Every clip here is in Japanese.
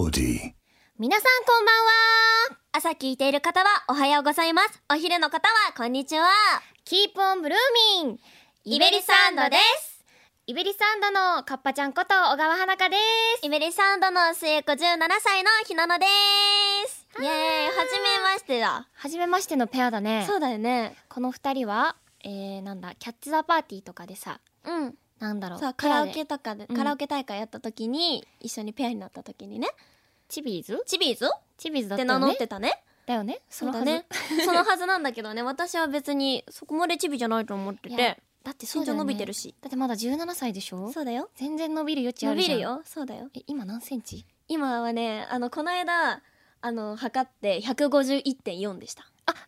melody. 皆さんこんばんは。朝聞いている方はおはようございます。お昼の方はこんにちは。 Keep on blooming イベリサンドです。 イベリサンドのカッパちゃんこと小川花香です。 イベリサンドの末っ子17歳のひなのです。イエーイ、はじめましてだ。 初めましてのペアだね。 そうだよね。 この二人はなんだキャッチザパーティーとかでさ、なんだろう、 さカラオケとかで、カラオケ大会やった時に一緒にペアになった時にね、 チビーズチビーズだって名ったよね。 乗ってたね。 だよね。 そうだね。そのはずなんだけどね、私は別にそこまでチビじゃないと思っていやて、 だってそうだよね、 身長伸びてるし。 だってまだ17歳でしょ。 そうだよ。 全然伸びる余地あ伸るじゃん。 びるよ。そうだよ。 今何センチ？ 今はね、この間測って151.4 でした。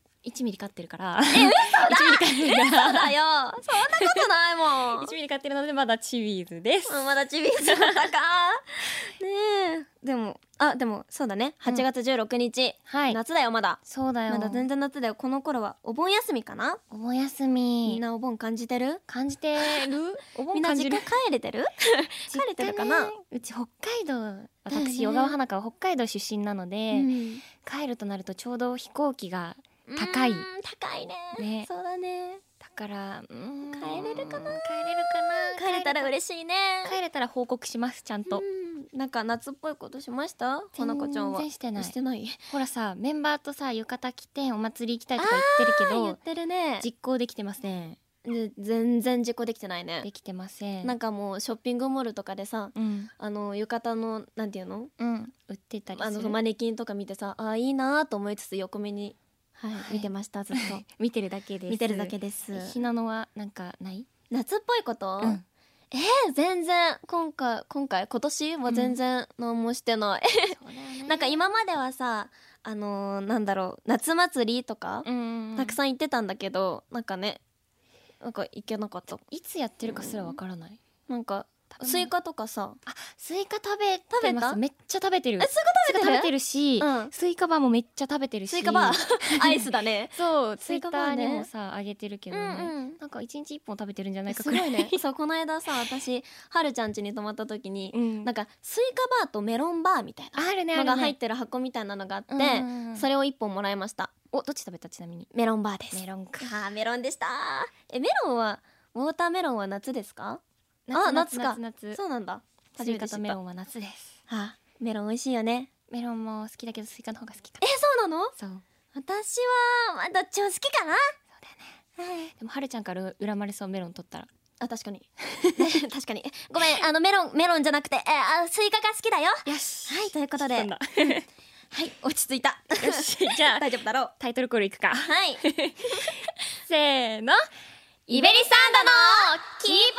1ミリ買ってるから1ミリ買ってるからそうだよ。そんなことないもん。 1ミリ買ってるのでまだチビーズです。 まだチビーズだったか。ねえ。でもそうだね。8月16日、 はい、 夏だよ。まだそうだよ。 まだ全然夏だよ。この頃はお盆休みかな。 お盆休み。 みんなお盆感じてる？ 感じてる？おみんな盆感じる？ 実家帰れてる？帰れてるかな。 うち北海道、 だよね私小川花香は北海道出身なので、帰るとなるとちょうど飛行機が高い。 高いね。そうだね。 だから帰れるかな。 帰れたら嬉しいね。 帰れたら報告します。ちゃんと。 なんか夏っぽいことしました？花香ちゃんは。 全然してない。 してない。 ほらさ、メンバーとさ浴衣着てお祭り行きたいとか言ってるけど、 言ってるね。 実行できてません。 全然実行できてないね。 できてません。 なんかもうショッピングモールとかでさ、浴衣のなんていうの、 売ってたりする。 マネキンとか見てさ、いいなと思いつつ横目に見てました。ずっと見てるだけです。 見てるだけです。 ひなのはなんかない？ 夏っぽいこと？全然今年は全然何もしてない。なんか今まではさ、なんだろう、夏祭りとかたくさん行ってたんだけど、なんかね、なんか行けなかった。 いつやってるかすらわからない。 なんかスイカとかさ、 スイカ食べてます。めっちゃ食べてる。 スイカ食べてるし、スイカバーもめっちゃ食べてるし。 スイカバーアイスだね。 そうツイッターにもさあげてるけどね、なんか1日1本食べてるんじゃないかくらい。 すごいね。そう、この間さ、私はるちゃん家に泊まった時に、なんかスイカバーとメロンバーみたいなのが入ってる箱みたいなのがあって、それを1本もらいました。 どっち食べた？ちなみにメロンバーです。 メロンか。 メロンでした。メロンはウォーターメロンは夏ですか？夏か。そうなんだ。 スイカとメロンは夏です。 メロン美味しいよね。 メロンも好きだけどスイカの方が好きか。 そうなの？ そう。 私はどっちも好きかな。 そうだよね。でもはるちゃんから恨まれそう、メロン取ったら。 確かに。確かに。ごめん、メロンじゃなくてスイカが好きだよ。 よし。 はい、ということで、はい、落ち着いた。 よし、じゃあ大丈夫だろう。 タイトルコールいくか。 はい。 せーの。 イベリサンドのキープオン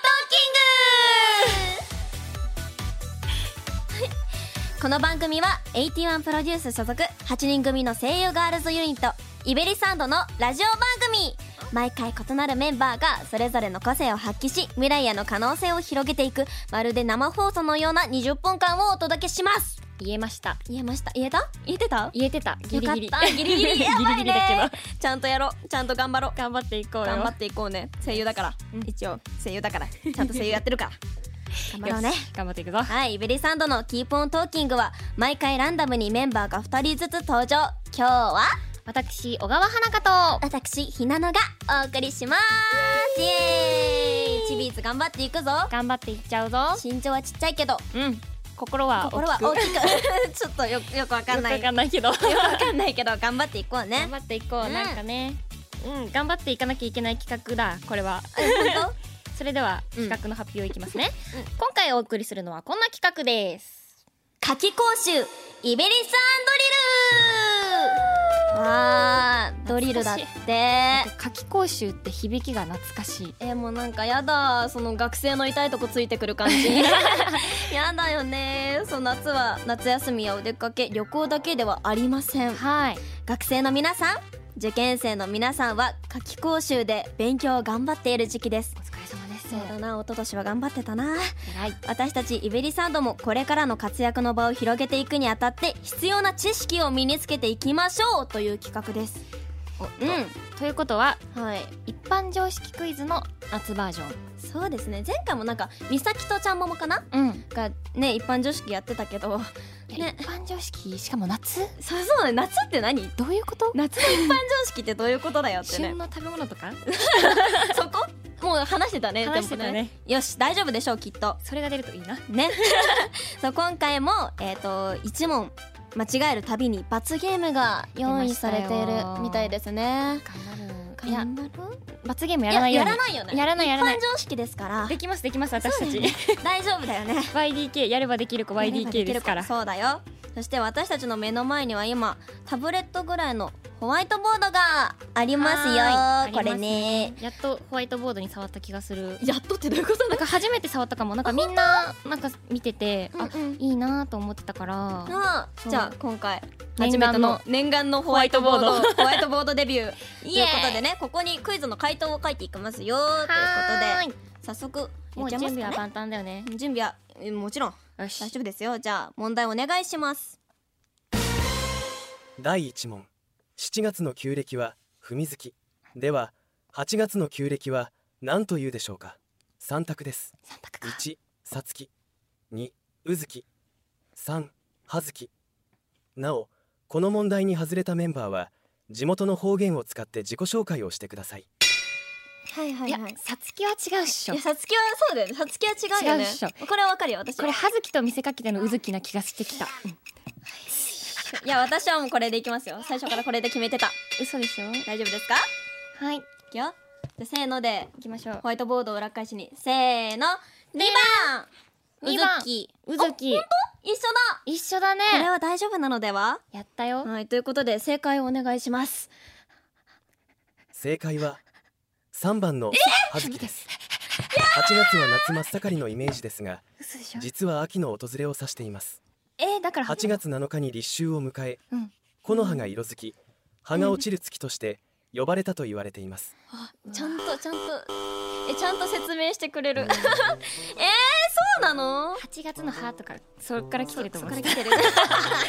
トーキング。この番組は81プロデュース所属8人組の声優ガールズユニットイベリサンドのラジオ番組。毎回異なるメンバーがそれぞれの個性を発揮し、未来への可能性を広げていく、まるで生放送のような20分間をお届けします。 言えました。 言えてたギリギリ。 よかった。ギリギリやばいね。 ギリギリだけちゃんとやろう。ちゃんと頑張ろう。 頑張っていこうよ。 頑張っていこうね。声優だから、一応声優だからちゃんと声優やってるから頑張ろうね。 頑張っていくぞ。 はい、イベリサンドのキープオントーキングは毎回ランダムにメンバーが2人ずつ登場。今日は私小川花香と私ひなのがお送りします。イエーイ。チビーズ頑張っていくぞ。 頑張っていっちゃうぞ。 身長はちっちゃいけど心は大きくちょっとよくわかんないけど頑張っていこうね。 頑張っていこう。なんかね、頑張っていかなきゃいけない企画だこれは。 本それでは企画の発表いきますね。今回お送りするのはこんな企画です。 夏季講習イベリサンドリル。ドリルだって。 夏季講習って響きが懐かしい。 もうなんかやだ、その学生の痛いとこついてくる感じ。やだよね。夏は夏休みやお出かけ旅行だけではありません。学生の皆さん、受験生の皆さんは夏季講習で勉強を頑張っている時期です。 お疲れ様です。 そうだな、一昨年は頑張ってたな。 偉い。 私たちイベリサンドもこれからの活躍の場を広げていくにあたって必要な知識を身につけていきましょうという企画です。 ということは、 一般常識クイズの夏バージョン。 そうですね。前回もなんか美咲とちゃんももかな、がね一般常識やってたけど、 ね、 一般常識、しかも夏、 そうね、夏って何？ どういうこと？ 夏の一般常識ってどういうことだよってね旬の食べ物とかそこもう話してたね。 話してたね。 よし、大丈夫でしょう、きっとそれが出るといいなねそう、今回も1問間違えるたびに罰ゲームが用意されているみたいですね。 頑張る。罰ゲームやいらないように。 やらないよね。 やらない一般常識ですからできます私たち、 大丈夫だよね。 YDK やればできる子 YDK ですから。 そうだよ。そして私たちの目の前には今タブレットぐらいのホワイトボードがありますよ。これね、 やっとホワイトボードに触った気がする。 やっとってどういうことなんか初めて触ったかも。なんかみんななんか見てて、あ、 うんうん、 いいなと思ってたから。 じゃあ今回念願のホワイトボードホワイトボードデビューということでね、ここにクイズの回答を書いていきますよということで、早速もう準備は万端だよね。 準備はもちろん大丈夫ですよ。じゃあ問題お願いします。 第1問、7月の旧暦は踏み月では8月の旧暦は何というでしょうか。3択です。1、さつき、2、うずき、3、はずき。なお、この問題に外れたメンバーは地元の方言を使って自己紹介をしてください。 はいはいはい。 さつきは違うっしょ。 いや、さつきはそうだよね。さつきは違うよね。 違うっしょ。 これはわかるよ。私これはずきと見せかけてのうずきな気がしてきた。 いや、私はもうこれでいきますよ。最初からこれで決めてた。 嘘でしょ。 大丈夫ですか？ はい、 いくよ。じゃせーのでいきましょう。 ホワイトボードを裏返しに、せーの、2番 2番うずき。 うずき。 一緒だ。 一緒だね。 これは大丈夫なのでは？ やったよ。 はい、ということで正解をお願いします。 正解は3番のはずきです。8月は夏真っ盛りのイメージですが、 嘘でしょ。 実は秋の訪れを指しています。 だから 8月7日に立秋を迎え、 うん、 木の葉が色づき、葉が落ちる月として呼ばれたと言われています。 ちゃんとちゃんと説明してくれるそうなの 8月の葉とかそっから来てると思う。 そっから来てる全然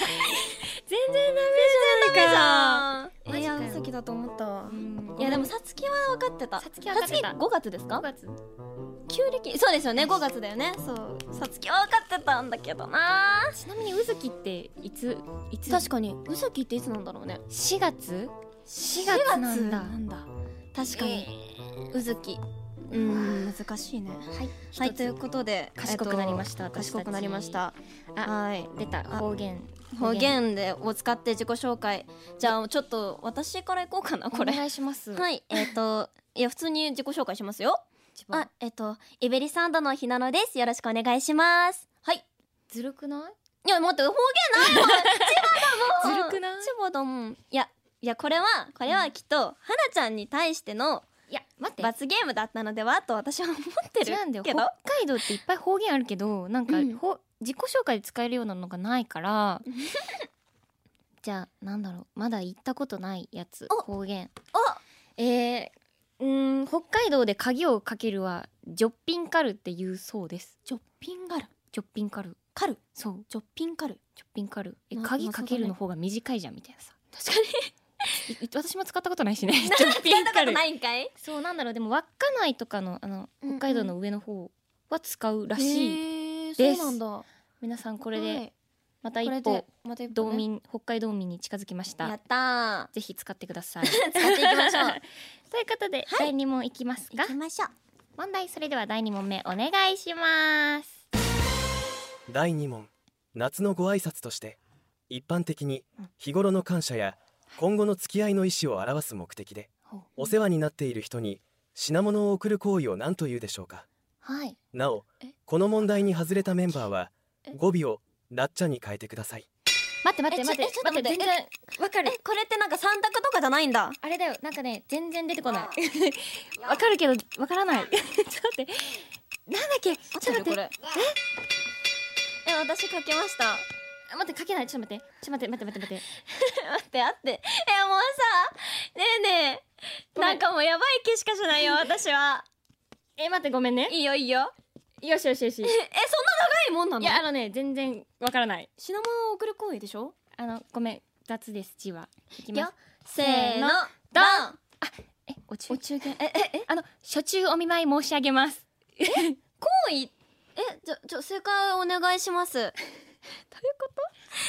ダメじゃん。 いや、うずきだと思ったわ。いや、 いやでもでもさつきは分かってた。 さつきは分かってた。 5月ですか？ 5月。 旧暦、そうですよね、5月だよね。そう、さつきは分かってたんだけどな。 ちなみにうずきっていつ確かにうずきっていつなんだろうね。 4月なんだ。 確かにうずき、難しいね。はい、ということで賢くなりました。私たち賢くなりました。はい、 出た方言を使って自己紹介。じゃあちょっと私からいこうかな。これお願いします。 はい、いや普通に自己紹介しますよ。イベリサンドのひなのです。よろしくお願いします。はい。 ずるくない？ いや待って、方言ないもん。千葉だもん。 ずるくない？ 千葉だもん。いやこれはきっとはなちゃんに対しての待って罰ゲームだったのではと私は思ってるけど。 違うんだよ。北海道っていっぱい方言あるけど、なんか、自己紹介で使えるようなのがないからじゃあなんだろう、まだ言ったことないやつ。方言。北海道で鍵をかけるはジョッピンカルって言うそうです。 ジョッピンガル。 ジョッピンカル。 そう、ジョッピンカル。 鍵かけるの方が短いじゃんみたいなさ。 確かに私も使ったことないしね。 ジョッピンカルないんかい。 そう、なんだろう、でも稚内とかの北海道の上の方は使うらしいです。 そうなんだ。 皆さんこれでまた一歩道民、北海道民に近づきました。 やったー。 ぜひ使ってください。 使っていきましょう。 ということで、第2問いきますか。 行きましょう。 問題、それでは第2問目お願いします。 第2問、夏のご挨拶として一般的に日頃の感謝や今後の付き合いの意思を表す目的でお世話になっている人に品物を贈る行為を何というでしょうか。なお、この問題に外れたメンバーは語尾をラッチャに変えてください。 待って全然わかる。 これってなんか3択とかじゃないんだ。 あれだよ、なんかね、全然出てこない。わかるけどわからない。ちょっと待って、なんだっけ。ちょっと待って、 これ私書きました。 待って、書けない。ちょっと待って待って待ってもうさ、ねえねえ、なんかもうやばい気しかしないよ私は。 待って、ごめんね。 いいよよし。 そんな長いもんなの？ いや、全然わからない。 品物を贈る行為でしょ。 ごめん、雑です。字は。いきます。せーの、ドン。 お中元。初中お見舞い申し上げます。 行為。じゃ正解お願いします。どういうこと？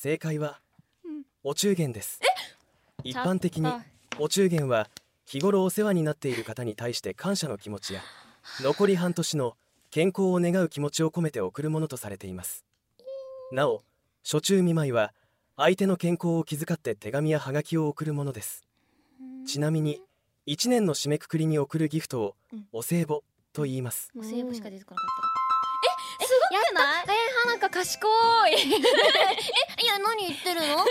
正解はお中元です。一般的にちょっお中元は日頃お世話になっている方に対して感謝の気持ちや残り半年の健康を願う気持ちを込めて贈るものとされています。なお暑中見舞いは相手の健康を気遣って手紙やハガキを送るものです。ちなみに1年の締めくくりに贈るギフトをお歳暮と言います。 お歳暮しか出てこなかっすごくない？ た。花香賢い。 いや何言ってるの？お中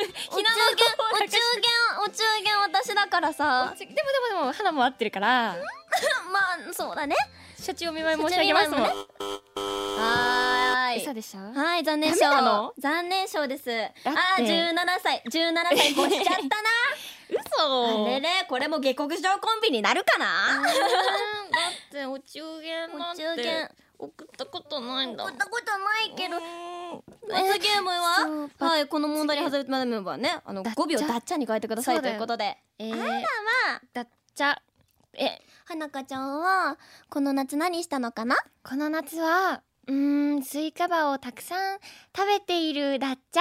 元私だからさ。 でも花も合ってるからまあそうだね。 処置お見舞い申し上げますもん。 はーい。 嘘でしょ？ はい、残念賞。 ダメなの？ 残念賞です。 て 17歳越しちゃったな。 嘘。 あれれ、これも下克上コンビになるかな。 だってお中元なんお中元て送ったことないんだもん。 送ったことないけど。罰罰ゲームは、はい、この問題に外れたメンバーはね、5秒ダッチャに変えてくださいということで。 だっちゃ。 花香ちゃんはこの夏何したのかな？ この夏はスイカバーをたくさん食べているだっちゃ。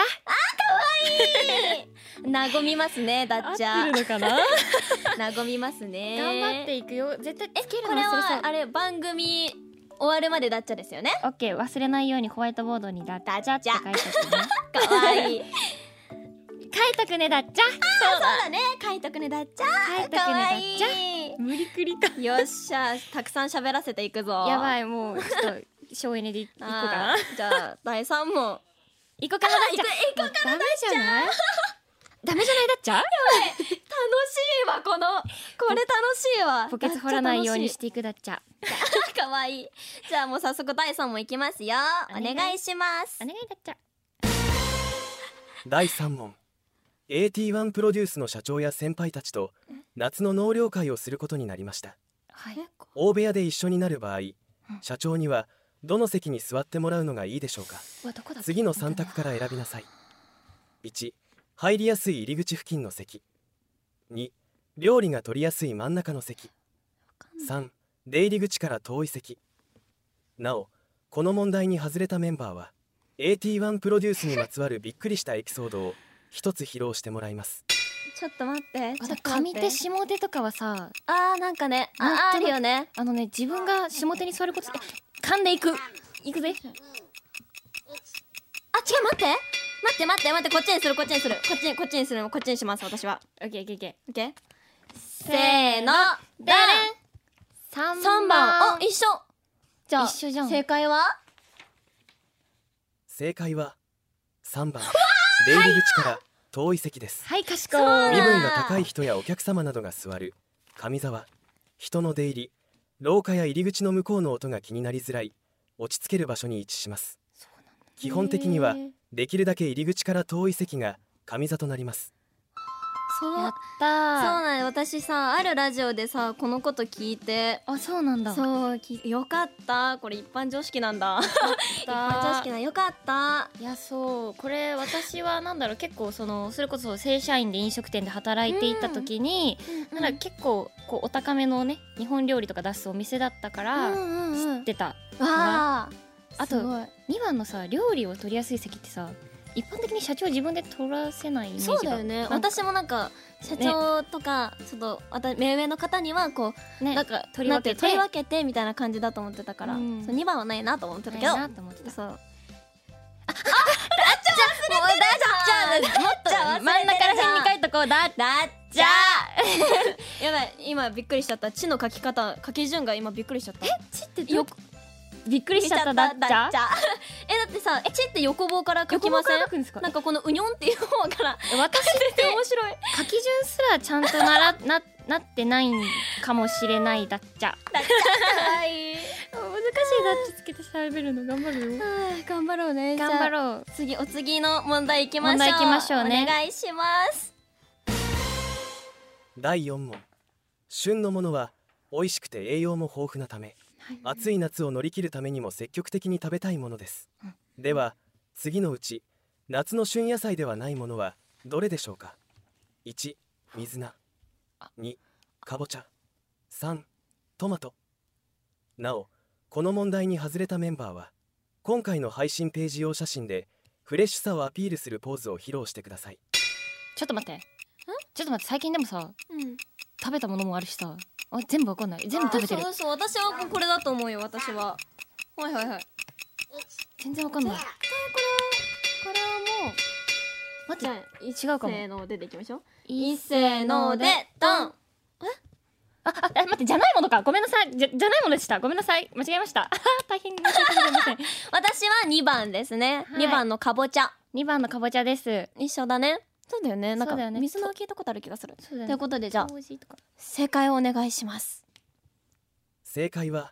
和みますね、ダッチャ。 合ってるのかな？ 和みますね。 頑張っていくよ。絶対つけるのこれ忘れそう。 はあれ番組終わるまでダッチャですよね。 オッケー、忘れないようにホワイトボードにだっちゃって書いておくね。 かわいい。 書いとくねだっちゃ。 そうだね、書いとくねダッチャ。 書いとくねかわだっいちゃ。 い。 無理くりか。 よっしゃ、たくさん喋らせていくぞ。 やばい、もうちょっと省エネでいこうかな。 あーじゃあ第3問。 行こうかなだっちゃ。 行こうかなダメじゃない？ダメじゃないだっちゃ？ 楽しいわ、これ楽しいわ。 ポケツ掘らないようにしていくだっちゃ。 かわいい。じゃあもう早速第3問いきますよ。お願いしますお。願いだっちゃ。 第3問。AT1 プロデュースの社長や先輩たちと夏の納涼会をすることになりました。 はい。 大部屋で一緒になる場合、社長にはどの席に座ってもらうのがいいでしょうか。次の3択から選びなさい。1、入りやすい入り口付近の席。2、料理が取りやすい真ん中の席。3、出入り口から遠い席。なお、この問題に外れたメンバーは AT1 プロデュースにまつわるびっくりしたエピソードを一つ披露してもらいます。 ちょっと待って。 上手下手とかはさ、 なんかね、あるよね。 自分が下手に座ることで噛んでいくぜ。 違う、待って、こっちにする、こっちにします、私は。 オッケーオッケーオッケオッケー。せーの、ダー。3 3番。一緒。じゃあ一緒じゃん。 正解は 3番、出入り口から遠い席です。 はい、賢い。 身分が高い人やお客様などが座る上座は、人の出入り、廊下や入り口の向こうの音が気になりづらい落ち着ける場所に位置します。基本的にはできるだけ入り口から遠い席が上座となります。 やっそうたー。 なんよ。私さ、あるラジオでさ、このこと聞いて、 そうなんだ。 よかった。これ一般常識なんだ。一般常識よかった。 いや、これ私は結構それこそ正社員で飲食店で働いていた時に、結構こうお高めのね日本料理とか出すお店だったから知ってた。 あと2番のさ、料理を取りやすい席ってさ、一般的に社長自分で取らせないイメージが。 そうだよね。私も社長とかちょっと目上の方にはこう取り分けてみたいな感じだと思ってたから、2番はないなと思ってたけど。そう。 真ん中ら辺に書いとこう。だっちゃ。 やばい、今びっくりしちゃった。地の書き順が今びっくりしちゃった。 地ってびっくりしちゃった。だっちゃ。 だってさ、地って横棒から書きません？なんかこのうにょんっていう方から私って面白い。 書き順すらちゃんとなってないんかもしれない。だっちゃ。 だっちゃ。はい。 難しい。だっちつけて喋るの頑張るよ。 頑張ろうね。 頑張ろう。 お次の問題いきましょう。 ね。 お願いします。 第4問。旬のものは美味しくて栄養も豊富なため、暑い夏を乗り切るためにも積極的に食べたいものです。では次のうち夏の旬野菜ではないものはどれでしょうか。1、水菜。2、かぼちゃ。3、トマト。なお、この問題に外れたメンバーは今回の配信ページ用写真でフレッシュさをアピールするポーズを披露してください。 ちょっと待って最近でもさうん食べたものもあるしさ全部わかんない。全部食べてる。 そう私はこれだと思うよ。私ははい全然わかんない。 これはもう待って違うかも。 せーのでいきましょう。 いせーのでドン。 待ってじゃないものか。ごめんなさい。じゃないものでした。ごめんなさい。間違えました大変申し訳ございません。 私は2番ですね。 はい 2番のかぼちゃ。 2番のかぼちゃです。 一緒だね。そうだよね。なんかそうだよね水の聞いたことある気がする。 そうだよね。 ということでじゃあ麹とか正解をお願いします。 正解は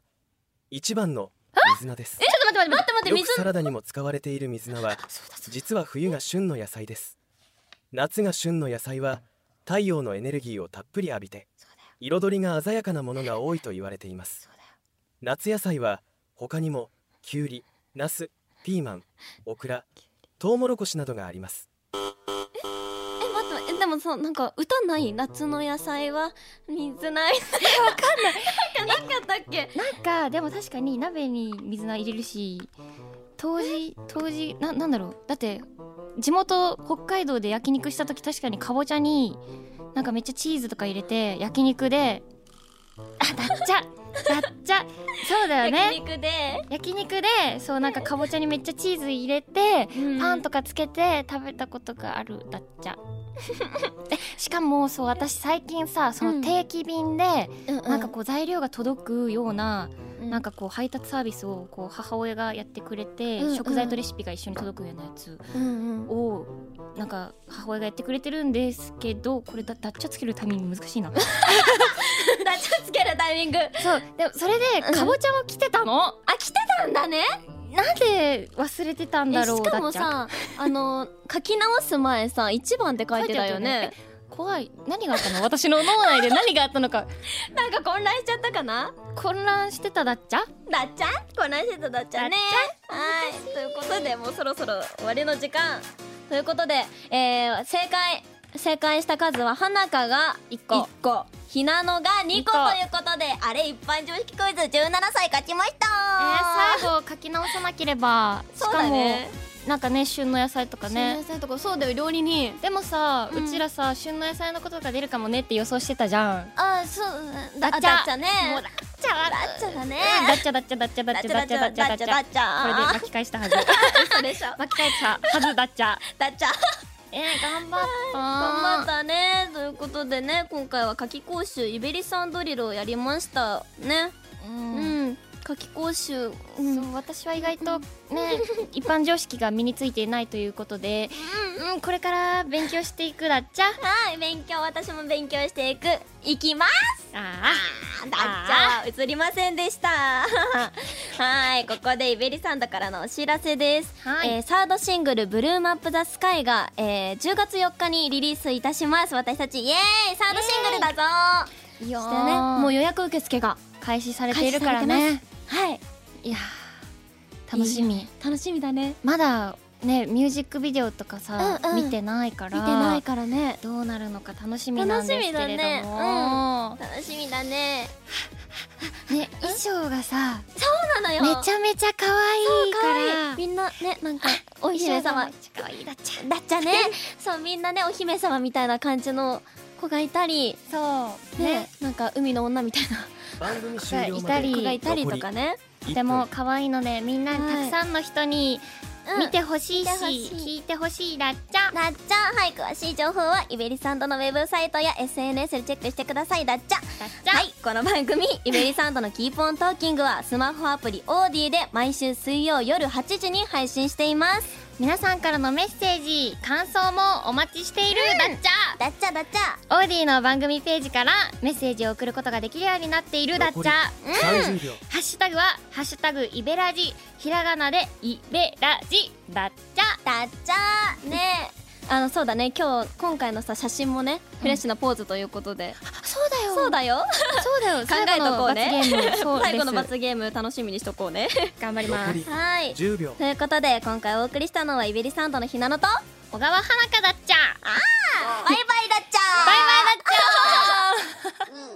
1番の水菜です。 ちょっと待ってよくサラダにも使われている水菜は実は冬が旬の野菜です。夏が旬の野菜は太陽のエネルギーをたっぷり浴びて彩りが鮮やかなものが多いと言われています。夏野菜は他にもきゅうり、ナス、ピーマン、オクラ、トウモロコシなどがあります。 待ってでもさなんか歌ない？夏の野菜は水ないわかんないなんかなかったっけ？ なんかでも確かに鍋に水菜入れるし当時なんだろう。だって地元北海道で焼肉した時確かにかぼちゃになんかめっちゃチーズとか入れて焼肉でだっちゃそうだよね。焼肉でそうなんかかぼちゃにめっちゃチーズ入れて、パンとかつけて食べたことがあるだっちゃしかもそう私最近さその定期便で、なんかこう材料が届くような、なんかこう配達サービスをこう母親がやってくれて、食材とレシピが一緒に届くようなやつをなんか母親がやってくれてるんですけど、これだっちゃつけるタイミング難しいなだっちゃつけるタイミング。 そうでもそれでかぼちゃも来てたの、 あ来てたんだね。 なんで忘れてたんだろう。 しかもさ書き直す前さ1番って書いてたよね。 怖い。何があったの私の脳内で何があったのかなんか混乱しちゃったかな。 混乱してただっちゃ混乱してただっちゃね。はいということでもうそろそろ終わりの時間ということで、正解した数は花香が1個ひなのが2個ということで、あれ一般常識クイズ17歳勝ちました。 最後書き直さなければ。 そうだね。 なんかね旬の野菜とかね。 旬の野菜とかそうだよ料理に。 でもさ、うちらさ旬の野菜のことが出るかもねって予想してたじゃん。 あそうだっちゃね。もうだっちゃだね。だっちゃこれで巻き返したはず嘘でしょ。 巻き返したはずだっちゃ頑張ったね。ということでね今回は夏期講習イベリサンドリルをやりましたね。夏期講習、 そう私は意外とね一般常識が身についていないということで、これから勉強していくだっちゃ。 はい私も勉強していきます。だっちゃ映りませんでしたはいここでイベリサンドからのお知らせです。サードシングル「ブルームアップザスカイが、10月4日にリリースいたします。私たちイエーイサードシングルだぞー。そしてねもう予約受付が開始されているからね。 はいいや楽しみだね。 まだねミュージックビデオとかさ見てないからねどうなるのか楽しみなんですけれども。 楽しみだね。 ね衣装がさそうなのよめちゃめちゃ可愛いからみんなねなんかお姫様可愛いだっちゃねそうみんなねお姫様みたいな感じの子がいたり、 そうねなんか海の女みたいな番組終了まで子がいたりとかね。 でも可愛いのでみんなたくさんの人に見てほしいし聞いてほしいだっちゃ。 はい詳しい情報はイベリサンドのウェブサイトや SNS でチェックしてください。だっちゃはいこの番組イベリサンドのキープオントーキングはスマホアプリオーディで毎週水曜夜8時に配信しています。 皆さんからのメッセージ感想もお待ちしているだっちゃ。オーディの番組ページからメッセージを送ることができるようになっているだっちゃ。 ハッシュタグはハッシュタグイベラジひらがなでイベラジだっちゃね。そうだね今回のさ写真もねフレッシュなポーズということで。そうだよ考えとこうね。最後の罰ゲーム楽しみにしとこうね。 頑張ります。 はい 10秒ということで今回お送りしたのはイベリサンドのひなのと小川花香だっちゃ。 バイバイだっちゃ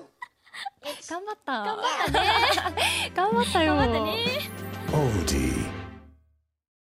頑張ったね。頑張ったよ。 頑張ってね。 オーディ